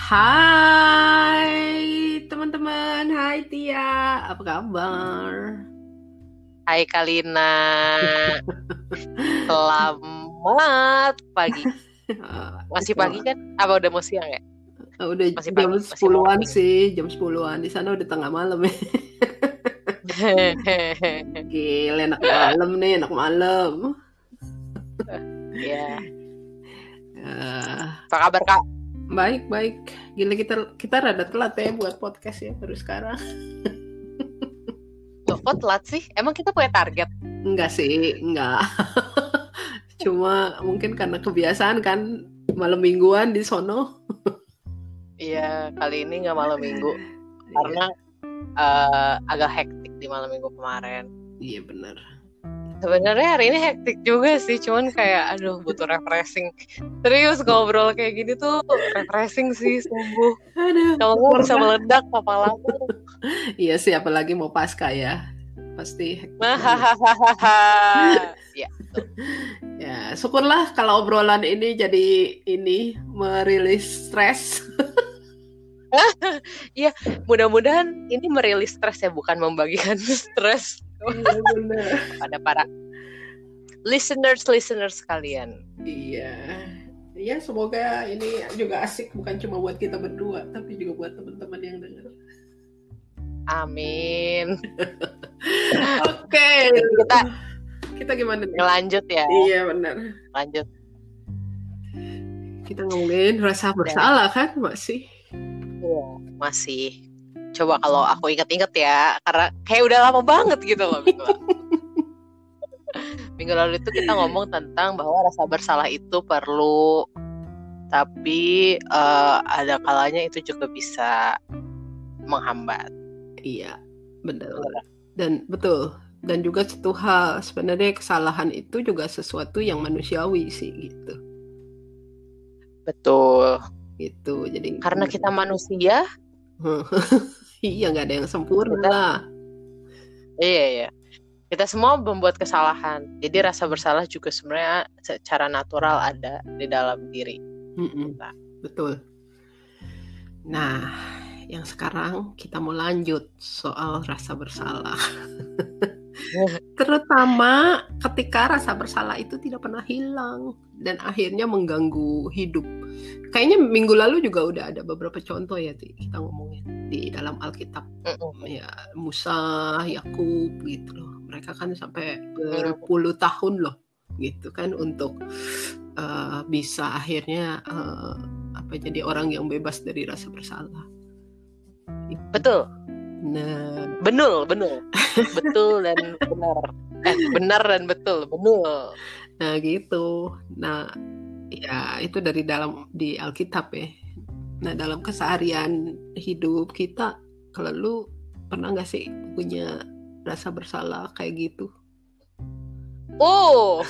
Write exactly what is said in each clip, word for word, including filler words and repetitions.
Hai teman-teman, hai Tia, apa kabar? Hai Kalina, selamat pagi. Masih pagi kan? Apa udah mau siang ya? Udah Masih jam pagi, masih sepuluhan morning. sih, jam sepuluhan. Di sana udah tengah malam ya. Gila, anak malam nih, anak malam. Ya, Uh, apa kabar Kak? baik, baik. Gila kita kita rada telat ya buat podcast ya baru sekarang. Loh, kok telat sih? Emang kita punya target? Enggak sih, enggak. Cuma mungkin karena kebiasaan kan malam mingguan di sono. Iya, kali ini nggak malam minggu karena uh, agak hektik di malam minggu kemarin. Iya benar. Sebenarnya hari ini hektik juga sih, cuman kayak aduh butuh refreshing. Serius ngobrol kayak gini tuh refreshing sih, sungguh. Kalau nggak bisa meledak kepalaku. Iya sih, apalagi mau pasca ya, pasti hektik. Ya, ya, syukurlah kalau obrolan ini jadi ini merilis stres. Iya, mudah-mudahan ini merilis stres ya, bukan membagikan stres. Iya benar. Pada para listeners listeners kalian. Iya, iya semoga ini juga asik, bukan cuma buat kita berdua, tapi juga buat teman-teman yang dengar. Amin. Oke, okay. kita kita gimana nih? Lanjut ya. Iya benar. Lanjut. Kita ngomongin rasa bersalah ya. Kan masih? Iya masih. Coba kalau aku inget-inget ya, karena kayak udah lama banget gitu loh minggu lalu. Minggu lalu itu kita ngomong tentang bahwa rasa bersalah itu perlu, tapi uh, ada kalanya itu juga bisa menghambat. Iya, benar. Dan betul. Dan juga satu hal, sebenarnya kesalahan itu juga sesuatu yang manusiawi sih gitu. Betul. Gitu. Jadi karena kita manusia. Iya, nggak ada yang sempurna kita, lah. Iya iya. Kita semua membuat kesalahan. Jadi rasa bersalah juga sebenarnya secara natural ada di dalam diri. Kita. Betul. Nah, yang sekarang kita mau lanjut soal rasa bersalah. Terutama ketika rasa bersalah itu tidak pernah hilang dan akhirnya mengganggu hidup. Kayaknya minggu lalu juga udah ada beberapa contoh ya kita ngomongin di dalam Alkitab. Uh-uh. Ya, Musa, Yakub gitu loh. Mereka kan sampai berpuluh uh-uh. tahun loh gitu kan untuk uh, bisa akhirnya uh, apa jadi orang yang bebas dari rasa bersalah. Gitu. Betul. Nah, benul, benul. Betul dan benar. Eh, benar dan betul, benul. Nah, gitu. Nah, ya itu dari dalam di Alkitab ya. Nah, dalam keseharian hidup kita, kalau lu pernah nggak sih punya rasa bersalah kayak gitu? Oh,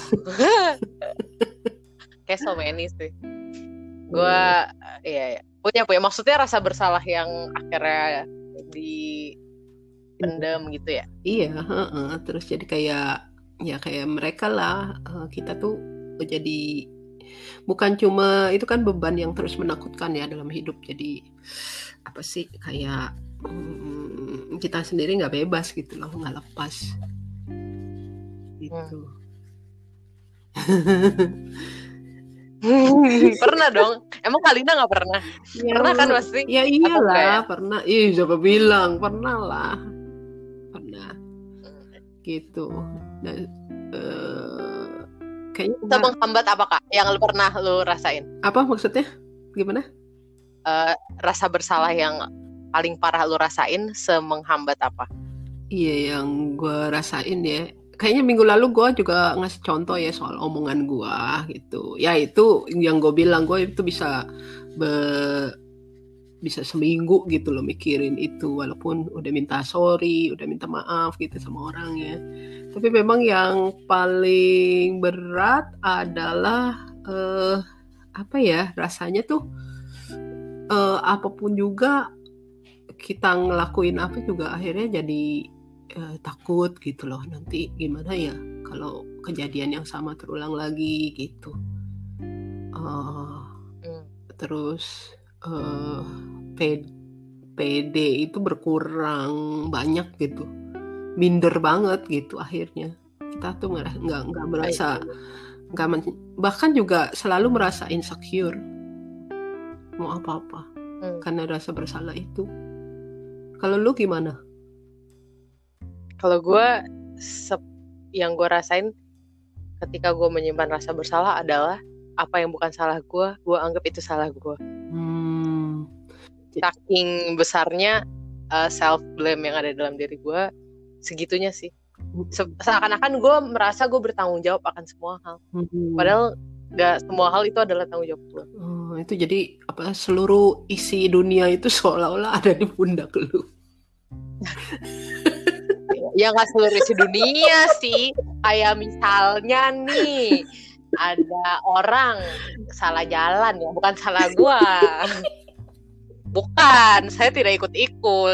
kayak so many sih. Gue, hmm. ya, ya, punya punya. Maksudnya rasa bersalah yang akhirnya di pendem gitu ya? Iya, uh-uh. Terus jadi kayak ya kayak mereka lah, uh, kita tuh jadi bukan cuma itu kan beban yang terus menakutkan ya dalam hidup. Jadi apa sih kayak um, kita sendiri nggak bebas gitu loh, nggak lepas gitu. Hmm. Pernah dong. Emang Kalina nggak pernah? Ya, pernah kan pasti? Ya iyalah, ya? Pernah. Ih, siapa bilang pernah lah. Pernah. Gitu. Dan uh, kayaknya bisa menghambat apa Kak? Yang lu pernah lu rasain? Apa maksudnya? Gimana? Uh, rasa bersalah yang paling parah lu rasain semenghambat apa? Iya, yang gue rasain ya. Kayaknya minggu lalu gue juga ngasih contoh ya soal omongan gue gitu. Ya itu yang gue bilang, gue itu bisa be, bisa seminggu gitu loh mikirin itu. Walaupun udah minta sorry, udah minta maaf gitu sama orangnya. Tapi memang yang paling berat adalah uh, apa ya rasanya tuh uh, apapun juga kita ngelakuin apa juga akhirnya jadi uh, takut gitu loh, nanti gimana ya kalau kejadian yang sama terulang lagi gitu. Uh, hmm. Terus uh, P D itu berkurang banyak gitu, minder banget gitu akhirnya. Kita tuh nggak nggak nggak merasa nggak men- bahkan juga selalu merasa insecure mau apa-apa Hmm. karena rasa bersalah itu. Kalau lu gimana? Kalau gue, sep- yang gue rasain ketika gue menyimpan rasa bersalah adalah apa yang bukan salah gue, gue anggap itu salah gue. Hmm. Saking besarnya uh, self blame yang ada dalam diri gue, segitunya sih. Se- seakan-akan gue merasa gue bertanggung jawab akan semua hal. Hmm. Padahal gak semua hal itu adalah tanggung jawab gue. Oh, itu jadi apa? Seluruh isi dunia itu seolah-olah ada di pundak lu. Ya nggak seluruh isi dunia sih. Kayak misalnya nih, ada orang salah jalan ya, bukan salah gua. Bukan, saya tidak ikut-ikut.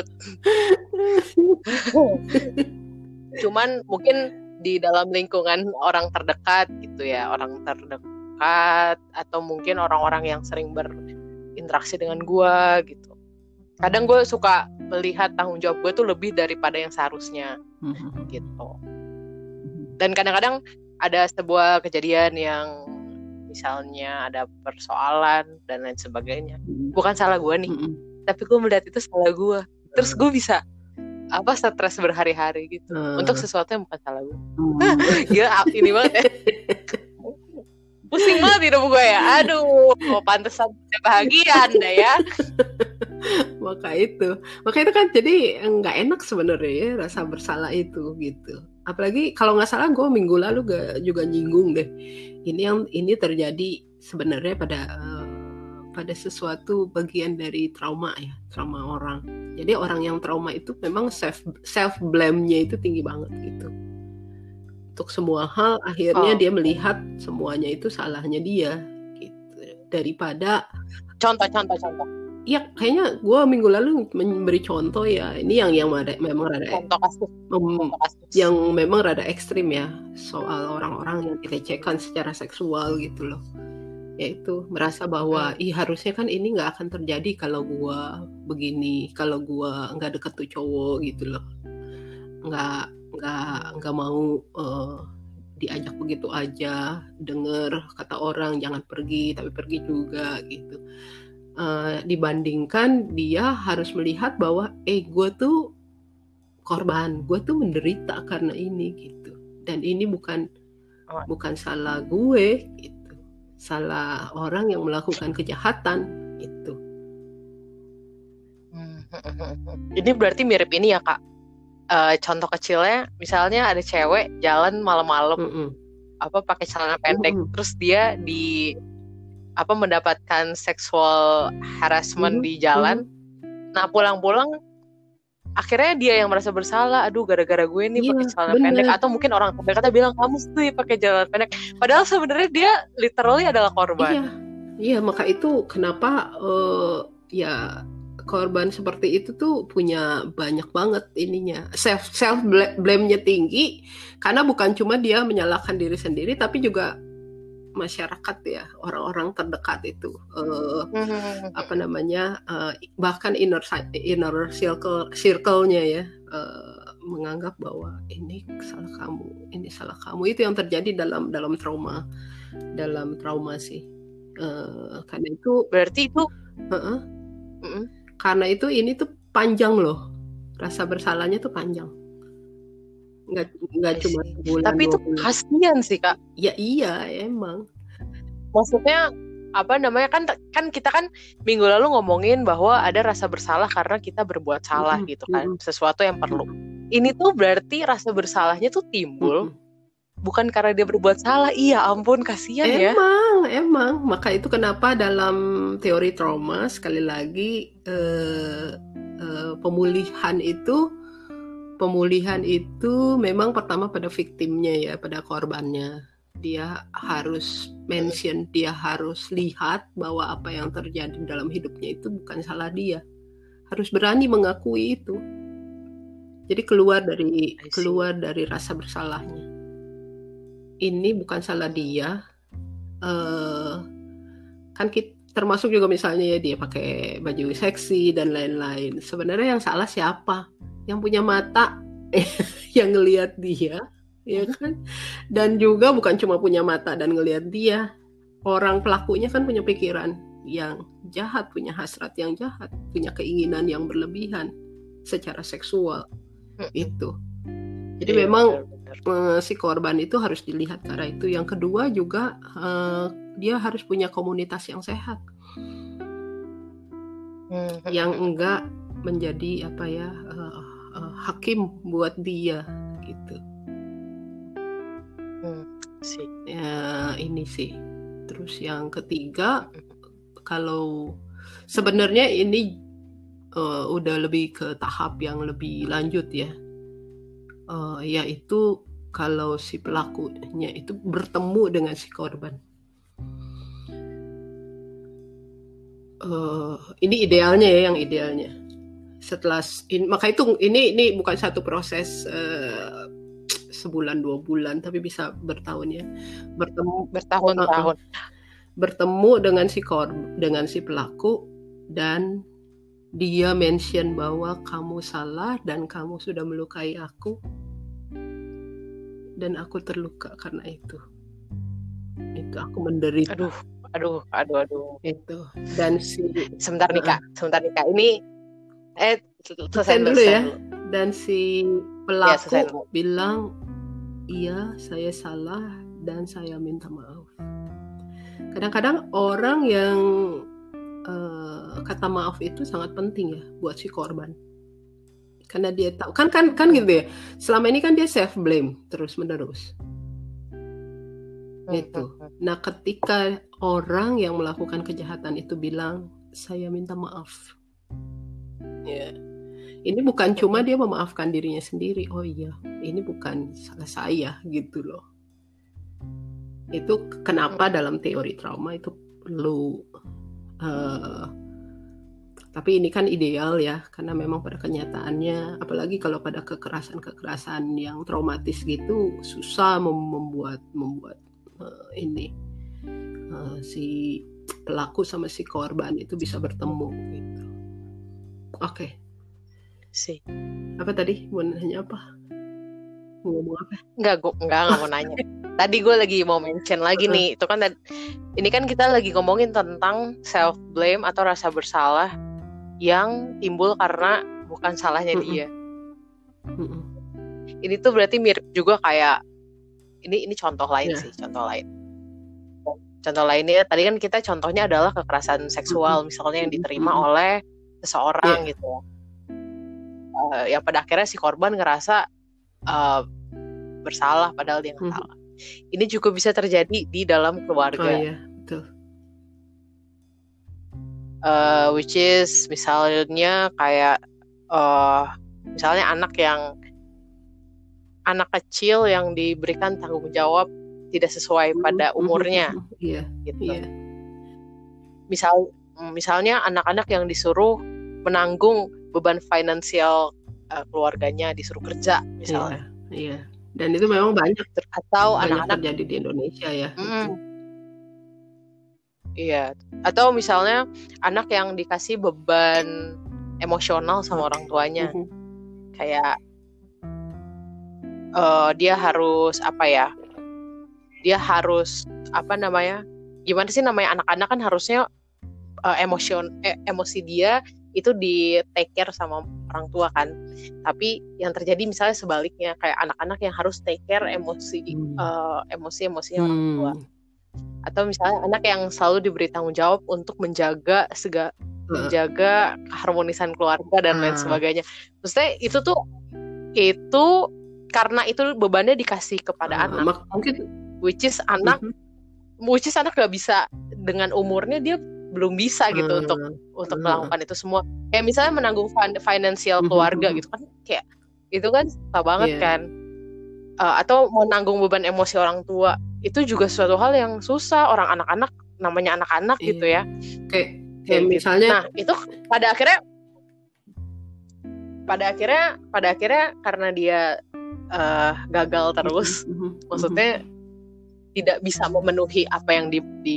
Cuman mungkin di dalam lingkungan orang terdekat gitu ya, orang terdekat atau mungkin orang-orang yang sering berinteraksi dengan gua gitu. Kadang gue suka melihat tanggung jawab gue tuh lebih daripada yang seharusnya gitu. Dan kadang-kadang ada sebuah kejadian yang misalnya ada persoalan dan lain sebagainya, bukan salah gue nih, tapi gue melihat itu salah gue. Terus gue bisa apa stres berhari-hari gitu uh. untuk sesuatu yang bukan salah gue. uh. Gila ini banget ya. Pusing banget hidup gue ya. Aduh, kok pantesan bahagia Anda ya. Maka itu, maka itu kan jadi nggak enak sebenarnya ya, rasa bersalah itu gitu. Apalagi kalau nggak salah gue minggu lalu gak, juga nyinggung deh. Ini yang ini terjadi sebenarnya pada uh, pada sesuatu bagian dari trauma ya, trauma orang. Jadi orang yang trauma itu memang self self blame-nya itu tinggi banget gitu. Untuk semua hal akhirnya oh. dia melihat semuanya itu salahnya dia gitu. Daripada contoh-contoh-contoh. Ya kayaknya gue minggu lalu memberi contoh ya, ini yang yang ada, memang rada contoh kasus. Mem, contoh kasus yang memang rada ekstrim ya, soal orang-orang yang dilecehkan secara seksual gitu loh. Yaitu merasa bahwa hmm. ih harusnya kan ini nggak akan terjadi kalau gue begini, kalau gue nggak deket tuh cowok gitu loh, nggak nggak nggak mau uh, diajak begitu aja, denger kata orang jangan pergi tapi pergi juga gitu. Uh, dibandingkan dia harus melihat bahwa eh gue tuh korban, gue tuh menderita karena ini gitu, dan ini bukan oh. bukan salah gue gitu, salah orang yang melakukan kejahatan itu. Ini berarti mirip ini ya kak, uh, contoh kecilnya misalnya ada cewek jalan malam-malam Mm-mm. apa pakai celana pendek Mm-mm. terus dia di apa mendapatkan seksual harassment mm-hmm. di jalan. Mm-hmm. Nah pulang-pulang akhirnya dia yang merasa bersalah. Aduh gara-gara gue nih yeah, pakai celana bener. pendek. Atau mungkin orang terdekatnya bilang kamu tuh pakai celana pendek. Padahal sebenarnya dia literally adalah korban. Iya, iya maka itu kenapa uh, ya korban seperti itu tuh punya banyak banget ininya. Self self blame-nya tinggi karena bukan cuma dia menyalahkan diri sendiri tapi juga masyarakat ya, orang-orang terdekat itu uh, mm-hmm. apa namanya uh, bahkan inner inner circle circle-nya ya uh, menganggap bahwa ini salah kamu, ini salah kamu. Itu yang terjadi dalam dalam trauma dalam trauma sih. Uh, karena itu berarti itu uh-uh. mm-hmm. karena itu ini tuh panjang loh, rasa bersalahnya tuh panjang. Nggak nggak cuma sebulan. Tapi itu kasihan sih kak. Ya iya emang. Maksudnya apa namanya kan kan kita kan minggu lalu ngomongin bahwa ada rasa bersalah karena kita berbuat salah mm-hmm. gitu kan, sesuatu yang perlu. Ini tuh berarti rasa bersalahnya tuh timbul mm-hmm. bukan karena dia berbuat salah. Iya ampun kasihan emang, ya. Emang emang maka itu kenapa dalam teori trauma sekali lagi eh, eh, pemulihan itu Pemulihan itu memang pertama pada victimnya ya, pada korbannya. Dia harus mention, dia harus lihat bahwa apa yang terjadi dalam hidupnya itu bukan salah dia. Harus berani mengakui itu. Jadi keluar dari keluar dari rasa bersalahnya. Ini bukan salah dia. Uh, kan kita, termasuk juga misalnya ya dia pakai baju seksi dan lain-lain. Sebenarnya yang salah siapa? Yang punya mata yang ngelihat dia, ya kan? Dan juga bukan cuma punya mata dan ngelihat dia, orang pelakunya kan punya pikiran yang jahat, punya hasrat yang jahat, punya keinginan yang berlebihan secara seksual itu. Jadi iya, memang benar, benar. Si korban itu harus dilihat karena itu. Yang kedua juga uh, dia harus punya komunitas yang sehat, hmm. yang enggak menjadi apa ya uh, uh, hakim buat dia gitu. Hmm, sih. Ya, ini sih. Terus yang ketiga, kalau sebenarnya ini uh, udah lebih ke tahap yang lebih lanjut ya, uh, yaitu kalau si pelakunya itu bertemu dengan si korban. Uh, ini idealnya ya, yang idealnya. Setelah in, maka itu ini ini bukan satu proses uh, sebulan dua bulan, tapi bisa bertahun ya, bertemu bertahun-tahun. Uh, bertemu dengan si korban, dengan si pelaku, dan dia mention bahwa kamu salah dan kamu sudah melukai aku dan aku terluka karena itu. Itu aku menderita. Aduh, aduh, aduh, aduh. Itu. Dan si sebentar nih Kak, sebentar nih Kak. Ini eh selesai dulu ya. Dan si pelaku ya, bilang, iya saya salah dan saya minta maaf. Kadang-kadang orang yang uh, kata maaf itu sangat penting ya buat si korban, karena dia tahu kan kan kan gitu ya. Selama ini kan dia self blame terus menerus. Gitu. Nah, ketika orang yang melakukan kejahatan itu bilang saya minta maaf, ya, ini bukan cuma dia memaafkan dirinya sendiri. Oh iya, ini bukan salah saya gitu loh. Itu kenapa dalam teori trauma itu perlu uh, tapi ini kan ideal ya, karena memang pada kenyataannya, apalagi kalau pada kekerasan-kekerasan yang traumatis gitu, susah mem- membuat membuat uh, ini uh, si pelaku sama si korban itu bisa bertemu gitu. Oke. Okay. Sih. Apa tadi? Mau nanya apa? Mau ngomong apa? Enggak, gue enggak enggak mau nanya. Tadi gue lagi mau mention lagi nih, itu kan ini kan kita lagi ngomongin tentang self blame atau rasa bersalah yang timbul karena bukan salahnya dia. Mm-mm. Ini tuh berarti mirip juga kayak ini ini contoh lain yeah. sih, contoh lain. Contoh lainnya tadi kan kita contohnya adalah kekerasan seksual, mm-hmm. misalnya yang diterima mm-hmm. oleh seseorang yeah. gitu. Uh, yang pada akhirnya si korban ngerasa uh, bersalah padahal dia nggak mm-hmm. salah. Ini juga bisa terjadi di dalam keluarga. Oh iya, betul. Uh, which is misalnya kayak uh, misalnya anak yang anak kecil yang diberikan tanggung jawab tidak sesuai pada umurnya. Iya. Gitu. Iya. Misal misalnya anak-anak yang disuruh menanggung beban finansial uh, keluarganya, disuruh kerja misalnya. Iya. Iya. Dan itu memang banyak atau banyak anak-anak terjadi di Indonesia ya. Mm, iya. Atau misalnya anak yang dikasih beban emosional sama orang tuanya, mm-hmm. kayak uh, dia harus apa ya? Dia harus apa namanya? Gimana sih namanya anak-anak kan harusnya uh, emosion eh, emosi dia itu di take care sama orang tua kan, tapi yang terjadi misalnya sebaliknya kayak anak-anak yang harus take care emosi hmm. uh, emosi-emosinya hmm. orang tua, atau misalnya anak yang selalu diberi tanggung jawab untuk menjaga sega uh. menjaga keharmonisan keluarga dan uh. lain sebagainya. Maksudnya itu tuh itu karena itu bebannya dikasih kepada uh, anak, mungkin which is anak uh-huh. which is anak gak bisa dengan umurnya dia belum bisa gitu hmm. untuk untuk melakukan itu semua. Kayak misalnya menanggung financial keluarga gitu kan, kayak itu kan susah banget yeah. kan. Uh, atau menanggung beban emosi orang tua itu juga suatu hal yang susah. Orang anak-anak namanya anak-anak yeah. gitu ya. Kayak kayak gitu. Misalnya. Nah itu pada akhirnya pada akhirnya pada akhirnya karena dia uh, gagal terus, mm-hmm. maksudnya tidak bisa memenuhi apa yang di, di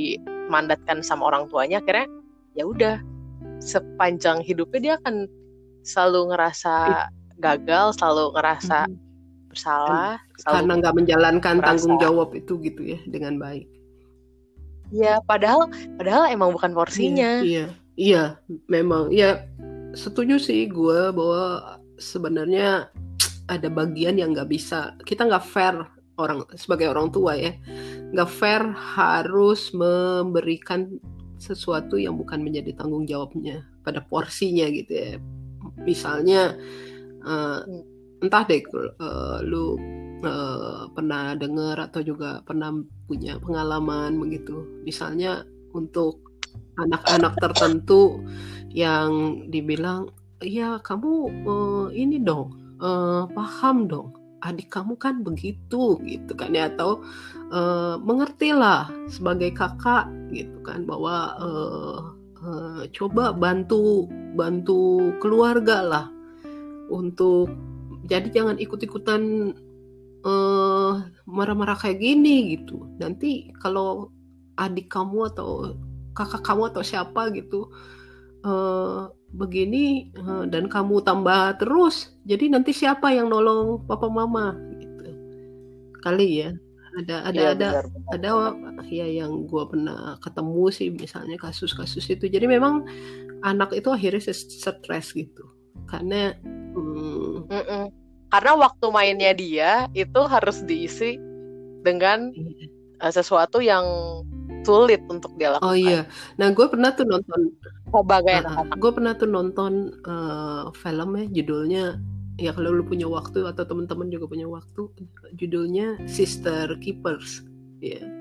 dimandatkan sama orang tuanya, akhirnya ya udah sepanjang hidupnya dia akan selalu ngerasa gagal, selalu ngerasa Mhm. bersalah, Dan selalu karena nggak menjalankan merasa tanggung jawab itu gitu ya dengan baik. ya padahal padahal emang bukan Iya, porsinya. iya, iya, memang ya setuju sih gue bahwa sebenarnya ada bagian yang nggak bisa, kita nggak fair orang sebagai orang tua ya, nggak fair harus memberikan sesuatu yang bukan menjadi tanggung jawabnya pada porsinya gitu ya. Misalnya uh, entah deh uh, lu uh, pernah dengar atau juga pernah punya pengalaman begitu, misalnya untuk anak-anak tertentu yang dibilang, ya kamu uh, ini dong, uh, paham dong, adik kamu kan begitu gitu kan ya, atau uh, mengertilah sebagai kakak gitu kan, bahwa uh, uh, coba bantu bantu keluarga lah untuk, jadi jangan ikut-ikutan uh, marah-marah kayak gini gitu, nanti kalau adik kamu atau kakak kamu atau siapa gitu uh, begini uh, dan kamu tambah terus, jadi nanti siapa yang nolong papa mama gitu kali ya. Ada ada Iya, ada benar, benar. ada ya yang gue pernah ketemu sih, misalnya kasus-kasus itu. Jadi memang anak itu akhirnya stres gitu karena hmm, karena waktu mainnya dia itu harus diisi dengan uh, sesuatu yang sulit untuk dia lakukan. Oh iya, nah gue pernah tuh nonton, sebagai uh, anak-anak. gue pernah tuh nonton uh, filmnya, judulnya ya kalau lu punya waktu atau teman-teman juga punya waktu, judulnya Sister Keepers, ya. Yeah.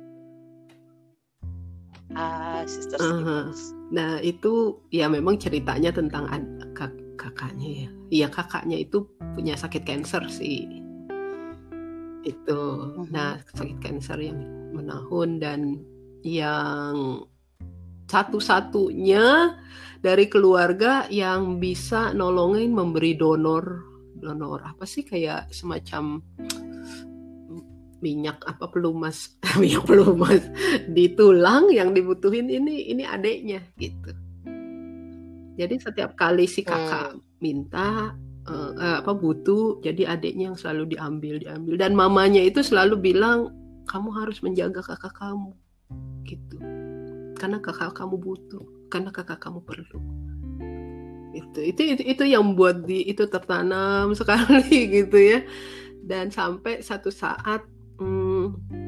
Ah, Sister Uh-huh. Keepers. Nah itu ya memang ceritanya tentang ad- kak- kakaknya ya, iya kakaknya itu punya sakit kanker sih. Itu, uh-huh. Nah sakit kanker yang menahun dan yang satu-satunya dari keluarga yang bisa nolongin memberi donor donor apa sih, kayak semacam minyak apa pelumas minyak pelumas di tulang yang dibutuhin ini ini adeknya gitu. Jadi setiap kali si kakak hmm. minta uh, apa butuh, jadi adeknya yang selalu diambil diambil dan mamanya itu selalu bilang, kamu harus menjaga kakak kamu gitu, karena kakak kamu butuh, karena kakak kamu perlu. Itu itu itu, itu yang buat di itu tertanam sekali gitu ya. Dan sampai satu saat hmm,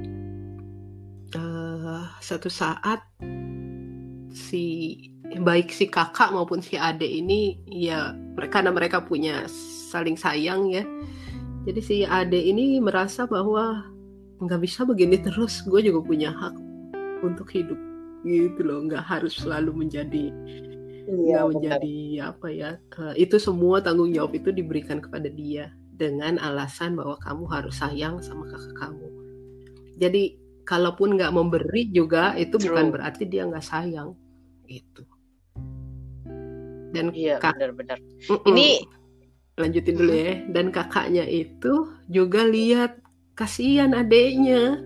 uh, satu saat si baik si kakak maupun si adik ini ya, karena mereka punya saling sayang ya, jadi si adik ini merasa bahwa nggak bisa begini terus, gue juga punya hak untuk hidup gitu loh, nggak harus selalu menjadi nggak iya, menjadi apa ya, uh, itu semua tanggung jawab itu diberikan kepada dia dengan alasan bahwa kamu harus sayang sama kakak kamu. Jadi kalaupun nggak memberi juga itu True. Bukan berarti dia nggak sayang gitu. Dan iya, kak- benar-benar. Mm-mm. Ini lanjutin dulu ya. Dan kakaknya itu juga lihat kasihan adeknya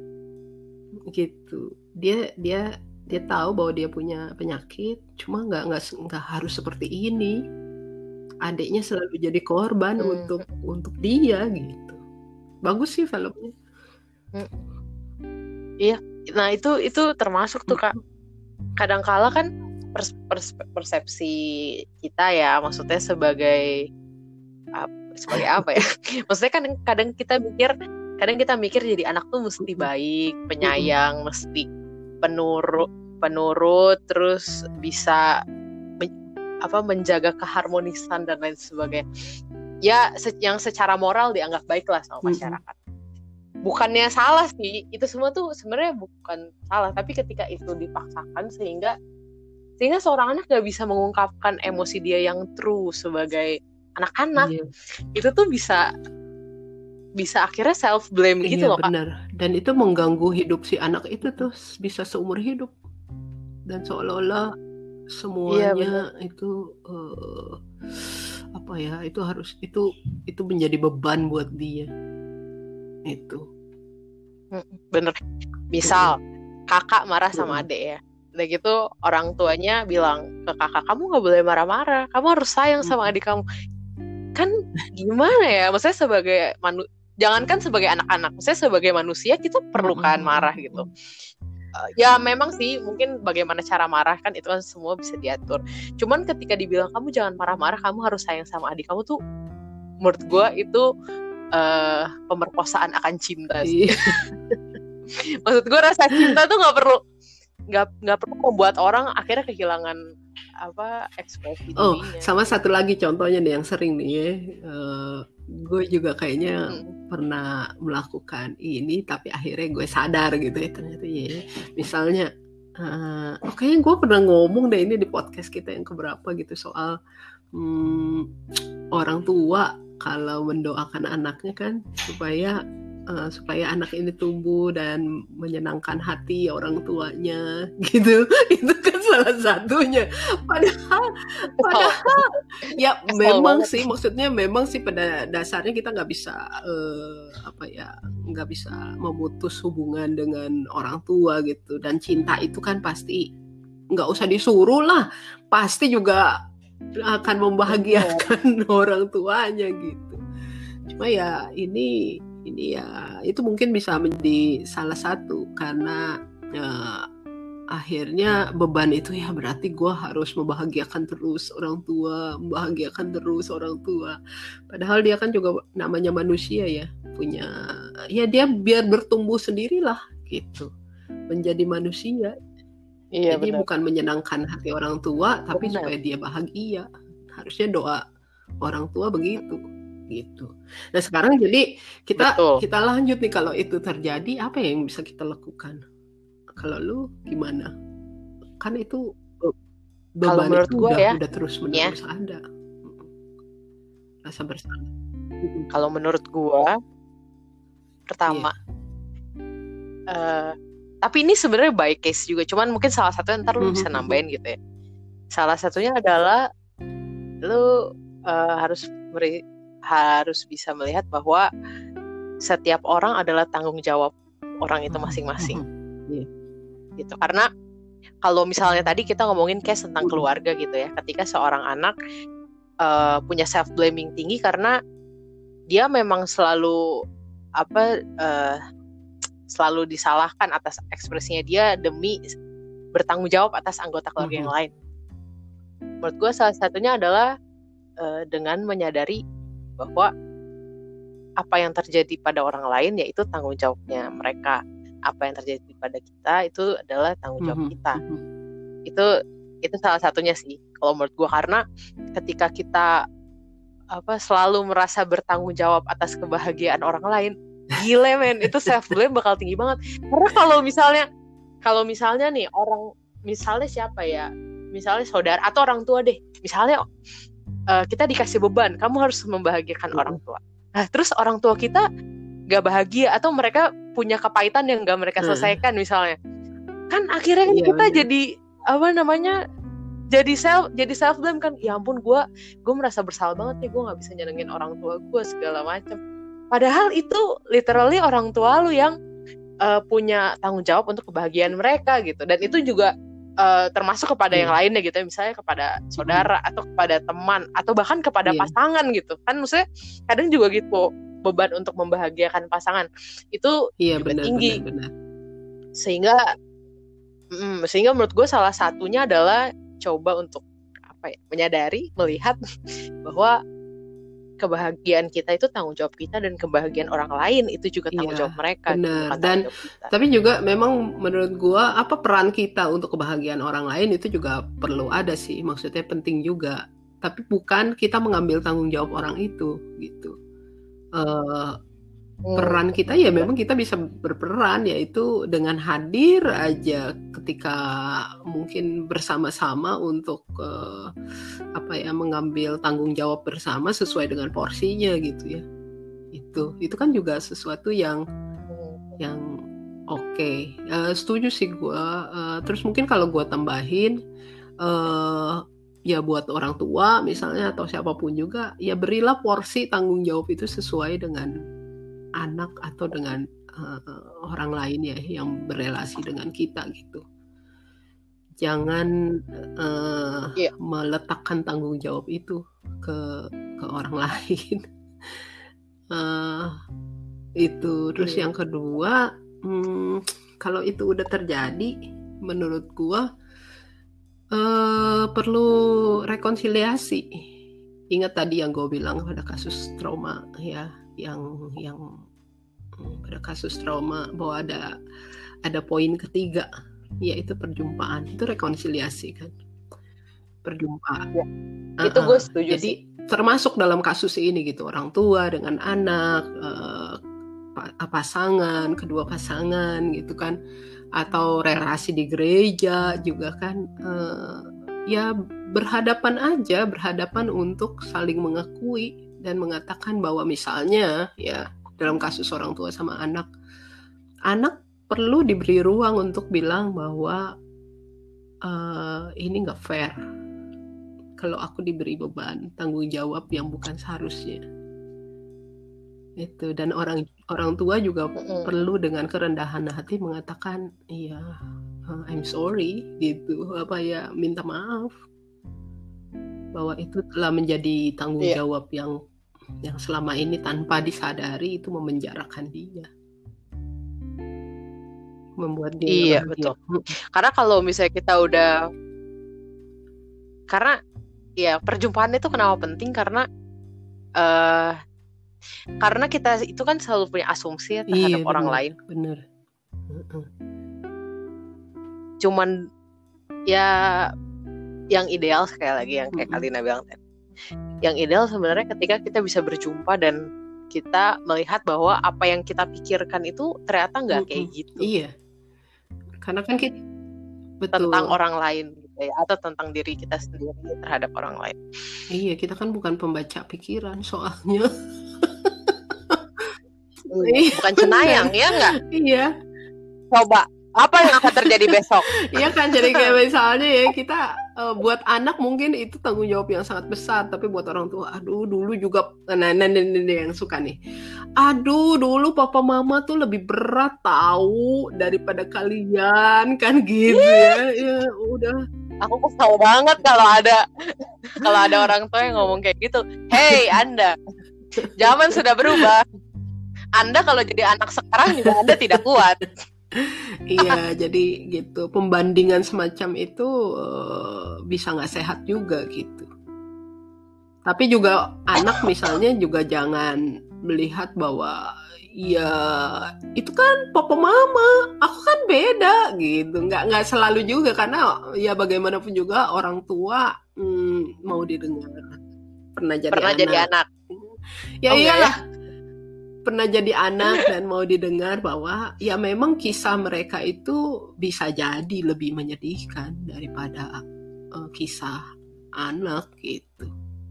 gitu. Dia dia dia tahu bahwa dia punya penyakit, cuma nggak nggak nggak harus seperti ini. Adeknya selalu jadi korban hmm. untuk untuk dia gitu. Bagus sih filmnya. Hmm. Iya, nah itu itu termasuk tuh Kak. Kadang-kala kan pers- pers- persepsi kita ya, maksudnya sebagai uh, sebagai apa ya? Maksudnya kan kadang kita mikir, kadang kita mikir jadi anak tuh mesti baik, penyayang, mesti penurut, penurut, terus bisa men- apa menjaga keharmonisan dan lain sebagainya. Ya, se- yang secara moral dianggap baik lah sama masyarakat. Bukannya salah sih, itu semua tuh sebenarnya bukan salah, tapi ketika itu dipaksakan sehingga sehingga seorang anak gak bisa mengungkapkan emosi dia yang true sebagai anak-anak, iya. Itu tuh bisa bisa akhirnya self blame gitu iya, loh bener. Kak. Dan itu mengganggu hidup si anak itu tuh bisa seumur hidup, dan seolah-olah semuanya iya, itu uh, apa ya, itu harus itu itu menjadi beban buat dia. Itu bener. Misal hmm. kakak marah sama Mm-mm. adik ya. Udah gitu orang tuanya bilang ke kakak, kamu nggak boleh marah-marah, kamu harus sayang sama Mm-mm. adik kamu. Kan gimana ya, maksudnya sebagai manu, jangankan sebagai anak-anak, maksudnya sebagai manusia kita perlu kan marah gitu. Uh, ya memang sih mungkin bagaimana cara marah kan itu kan semua bisa diatur. Cuman ketika dibilang kamu jangan marah-marah, kamu harus sayang sama adik kamu tuh, menurut gue itu uh, pemerkosaan akan cinta sih. Iya. Maksud gue rasa cinta tuh nggak perlu nggak nggak perlu membuat orang akhirnya kehilangan apa ekspresi Oh, dirinya. sama satu lagi contohnya nih yang sering nih ya, uh, gue juga kayaknya hmm. pernah melakukan ini, tapi akhirnya gue sadar gitu ya ternyata ya. Misalnya, uh, oh kayaknya gue pernah ngomong deh ini di podcast kita yang keberapa gitu soal hmm, orang tua kalau mendoakan anaknya kan supaya Uh, supaya anak ini tumbuh dan menyenangkan hati orang tuanya gitu. Itu kan salah satunya. Padahal padahal ya Kesel memang banget. sih maksudnya memang sih pada dasarnya kita nggak bisa uh, apa ya nggak bisa memutus hubungan dengan orang tua gitu, dan cinta itu kan pasti nggak usah disuruh lah, pasti juga akan membahagiakan orang tuanya gitu. Cuma ya ini ini ya itu mungkin bisa menjadi salah satu karena ya, akhirnya beban itu ya berarti gue harus membahagiakan terus orang tua, membahagiakan terus orang tua. Padahal dia kan juga namanya manusia ya, punya ya dia biar bertumbuh sendirilah gitu, menjadi manusia. Iya, jadi benar. Bukan menyenangkan hati orang tua, tapi benar. supaya dia bahagia. Harusnya doa orang tua begitu. Gitu. Nah sekarang jadi kita Betul. kita lanjut nih, kalau itu terjadi apa yang bisa kita lakukan? Kalau lu gimana? Kan itu beban itu udah, ya, udah terus menerus ya. Ada rasa bersalah. Kalau menurut gua pertama, yeah. uh, tapi ini sebenarnya by case juga, cuman mungkin salah satu ntar lu bisa nambahin gitu ya. Salah satunya adalah lu uh, harus beri harus bisa melihat bahwa setiap orang adalah tanggung jawab orang itu masing-masing. Yeah. Gitu. Karena kalau misalnya tadi kita ngomongin case tentang keluarga gitu ya, ketika seorang anak uh, punya self blaming tinggi karena dia memang selalu apa uh, selalu disalahkan atas ekspresinya dia demi bertanggung jawab atas anggota keluarga mm-hmm. yang lain. Menurut gue salah satunya adalah uh, dengan menyadari bahwa apa yang terjadi pada orang lain yaitu tanggung jawabnya mereka, apa yang terjadi pada kita itu adalah tanggung jawab mm-hmm. kita. Itu itu salah satunya sih kalau menurut gue, karena ketika kita apa selalu merasa bertanggung jawab atas kebahagiaan orang lain, gile men, itu self blame bakal tinggi banget. Karena kalau misalnya kalau misalnya nih orang, misalnya siapa ya, misalnya saudara atau orang tua deh, misalnya Uh, kita dikasih beban, kamu harus membahagiakan mm. orang tua. Nah, terus orang tua kita gak bahagia atau mereka punya kepahitan yang gak mereka selesaikan mm. misalnya, kan akhirnya kan iya, kita bener. jadi apa namanya, jadi self jadi self blame kan. Ya ampun, gue gue merasa bersalah banget nih, gue nggak bisa nyenengin orang tua gue segala macam. Padahal itu literally orang tua lu yang uh, punya tanggung jawab untuk kebahagiaan mereka gitu, dan itu juga Uh, termasuk kepada yeah. yang lainnya gitu ya, misalnya kepada saudara mm. atau kepada teman atau bahkan kepada yeah. pasangan gitu kan. Maksudnya kadang juga gitu, beban untuk membahagiakan pasangan itu yeah, juga benar, tinggi benar, benar. sehingga mm, sehingga menurut gue salah satunya adalah coba untuk apa ya, menyadari, melihat bahwa kebahagiaan kita itu tanggung jawab kita, dan kebahagiaan orang lain itu juga tanggung jawab iya, mereka. Benar. Dan tapi juga memang menurut gua apa peran kita untuk kebahagiaan orang lain itu juga perlu ada sih, maksudnya penting juga. Tapi bukan kita mengambil tanggung jawab orang itu gitu. Uh, peran kita ya memang kita bisa berperan, yaitu dengan hadir aja ketika mungkin bersama-sama untuk uh, apa ya, mengambil tanggung jawab bersama sesuai dengan porsinya gitu ya. Itu itu kan juga sesuatu yang yang oke. Okay. Uh, setuju sih gue. Uh, terus mungkin kalau gue tambahin uh, ya buat orang tua misalnya atau siapapun juga, ya berilah porsi tanggung jawab itu sesuai dengan anak atau dengan uh, orang lain ya yang berelasi dengan kita gitu. Jangan uh, Iya. meletakkan tanggung jawab itu ke ke orang lain. uh, itu terus Hmm. yang kedua, hmm, kalau itu udah terjadi, menurut gua uh, perlu rekonsiliasi. Ingat tadi yang gue bilang pada kasus trauma ya, yang yang pada kasus trauma bahwa ada ada poin ketiga, yaitu perjumpaan. Itu rekonsiliasi kan, perjumpaan. Ya, itu gue setuju Jadi sih. termasuk dalam kasus ini gitu, orang tua dengan anak, uh, pasangan, kedua pasangan gitu kan, atau relasi di gereja juga kan, uh, ya berhadapan aja, berhadapan untuk saling mengakui dan mengatakan bahwa misalnya ya dalam kasus orang tua sama anak, anak perlu diberi ruang untuk bilang bahwa uh, ini nggak fair kalau aku diberi beban tanggung jawab yang bukan seharusnya. Itu, dan orang orang tua juga mm-hmm. perlu dengan kerendahan hati mengatakan iya, uh, I'm sorry gitu, apa ya, minta maaf bahwa itu telah menjadi tanggung yeah. jawab yang yang selama ini tanpa disadari itu memenjarakan dia, membuat dia iya betul. Karena kalau misalnya kita udah, karena ya perjumpaan itu kenapa penting, karena uh, karena kita itu kan selalu punya asumsi terhadap iya, orang bener, lain. Bener. Uh-uh. Cuman ya yang ideal sekali lagi yang kayak uh-uh. Kalina bilang tadi. Yang ideal sebenarnya ketika kita bisa berjumpa dan kita melihat bahwa apa yang kita pikirkan itu ternyata nggak uh-uh. kayak gitu. Iya. Karena kan kita betul. Tentang orang lain gitu ya, atau tentang diri kita sendiri terhadap orang lain. Iya, kita kan bukan pembaca pikiran soalnya. Bukan cenayang ya nggak? Iya. Coba apa yang akan terjadi besok? Iya kan, jadi kayak misalnya ya kita uh, buat anak mungkin itu tanggung jawab yang sangat besar, tapi buat orang tua, aduh dulu juga, nah nah nah yang suka nih, aduh dulu papa mama tuh lebih berat tahu daripada kalian kan gitu ya, ya udah. Aku kesal banget kalau ada kalau ada orang tua yang ngomong kayak gitu. Hey Anda, zaman sudah berubah. Anda kalau jadi anak sekarang juga Anda tidak kuat. Iya, jadi gitu. Pembandingan semacam itu uh, bisa nggak sehat juga gitu. Tapi juga anak misalnya juga jangan melihat bahwa ya itu kan papa mama, aku kan beda gitu. Nggak nggak selalu juga, karena ya bagaimanapun juga orang tua hmm, mau didengar. Pernah jadi Pernah anak. jadi anak. Ya oh, iyalah. Ya? Pernah jadi anak dan mau didengar bahwa ya memang kisah mereka itu bisa jadi lebih menyedihkan daripada uh, kisah anak gitu.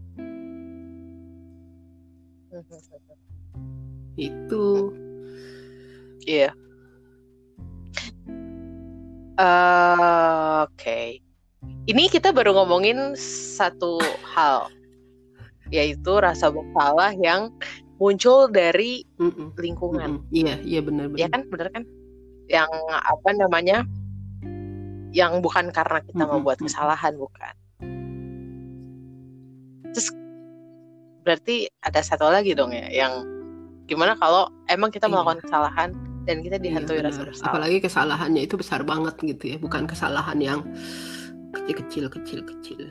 Itu. Iya. Yeah. Uh, Oke. Okay. Ini kita baru ngomongin satu hal, yaitu rasa bersalah yang muncul dari Mm-mm. lingkungan. Mm-mm. Iya, iya benar-benar. Iya kan, benar kan? Yang apa namanya? Yang bukan karena kita Mm-mm. membuat kesalahan, bukan. Terus berarti ada satu lagi dong ya, yang gimana kalau emang kita melakukan iya. kesalahan dan kita dihantui iya, rasa bersalah. Apalagi kesalahannya itu besar banget gitu ya, bukan kesalahan yang kecil-kecil kecil-kecil.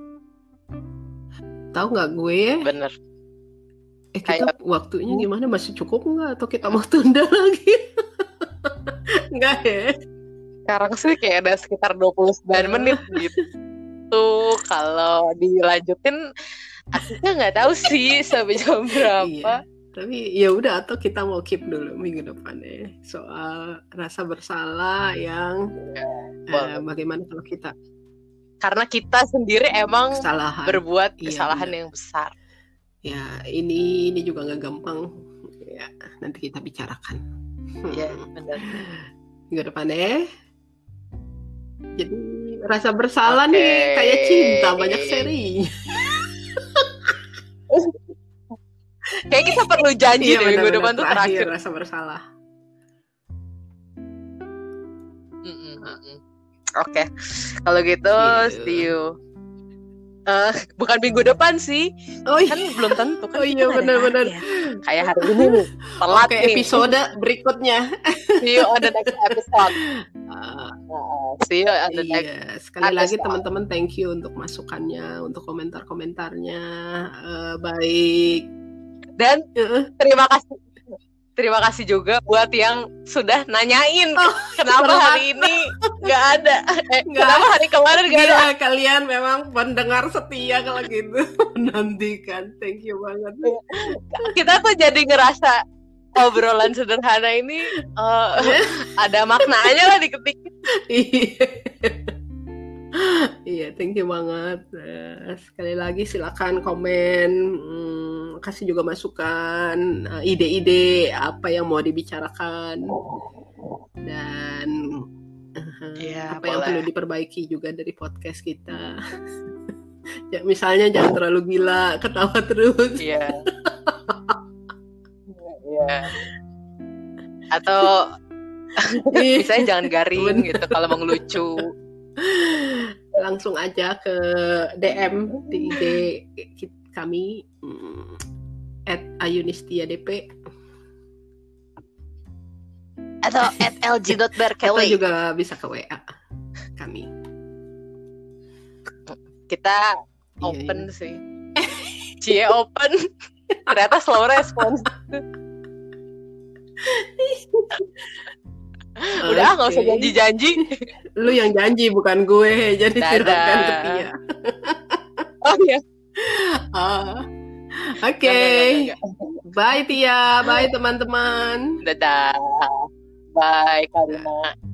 Tahu nggak gue? Bener. Eh kita Kayak, waktunya gimana, masih cukup nggak atau kita mau tunda lagi? Nggak ya? Sekarang sih kayak ada sekitar dua puluh sembilan menit gitu. Tuh kalau dilanjutin akhirnya nggak tahu sih sampai jam berapa. Iya, tapi ya udah, atau kita mau keep dulu minggu depan ya soal rasa bersalah yang ya, eh, bagaimana kalau kita, karena kita sendiri emang kesalahan. berbuat iya, kesalahan iya. yang besar. Ya ini ini juga nggak gampang ya, nanti kita bicarakan. Iya hmm. benar. Minggu depan ya. Jadi rasa bersalah okay. nih kayak cinta, banyak seri. Kayak kita perlu janji iya, deh minggu depan tuh terakhir rasa bersalah. Oke, kalau gitu see you. Uh, bukan minggu depan sih, oh, iya. Kan belum tentu kan. Oh iya benar-benar. Ya. Kayak hari ini nih, telat Oke, nih. episode berikutnya. See you on the next episode. Uh, see you on the iya. next. Sekali lagi teman-teman, thank you untuk masukannya, untuk komentar-komentarnya, uh, baik. Dan uh. terima kasih. Terima kasih juga buat yang sudah nanyain oh, kenapa berat. hari ini nggak ada, eh, nggak. Kenapa hari kemarin nggak ada. Kalian memang pendengar setia kalau gitu, menantikan. Thank you banget. Kita tuh jadi ngerasa obrolan sederhana ini uh, ada maknanya lah diketik. Iya, thank you banget. Uh, sekali lagi silakan komen, hmm, kasih juga masukan, uh, ide-ide apa yang mau dibicarakan dan uh, ya, apa boleh. yang perlu diperbaiki juga dari podcast kita. Ya, misalnya jangan terlalu gila, ketawa terus. Iya. Iya. Atau misalnya jangan garing gitu kalau mau ngelucu. Langsung aja ke D M di I G kami at ayunistia d p atau at l g dot berkeley atau juga bisa ke W A kami. Kita open iya, iya. sih cie open ternyata slow response. Udah nggak okay. usah janji-janji. Lu yang janji bukan gue, jadi silakan ke Tia. Oh iya. uh, Oke, okay. Bye Tia, bye teman-teman. Dadah, bye Karina.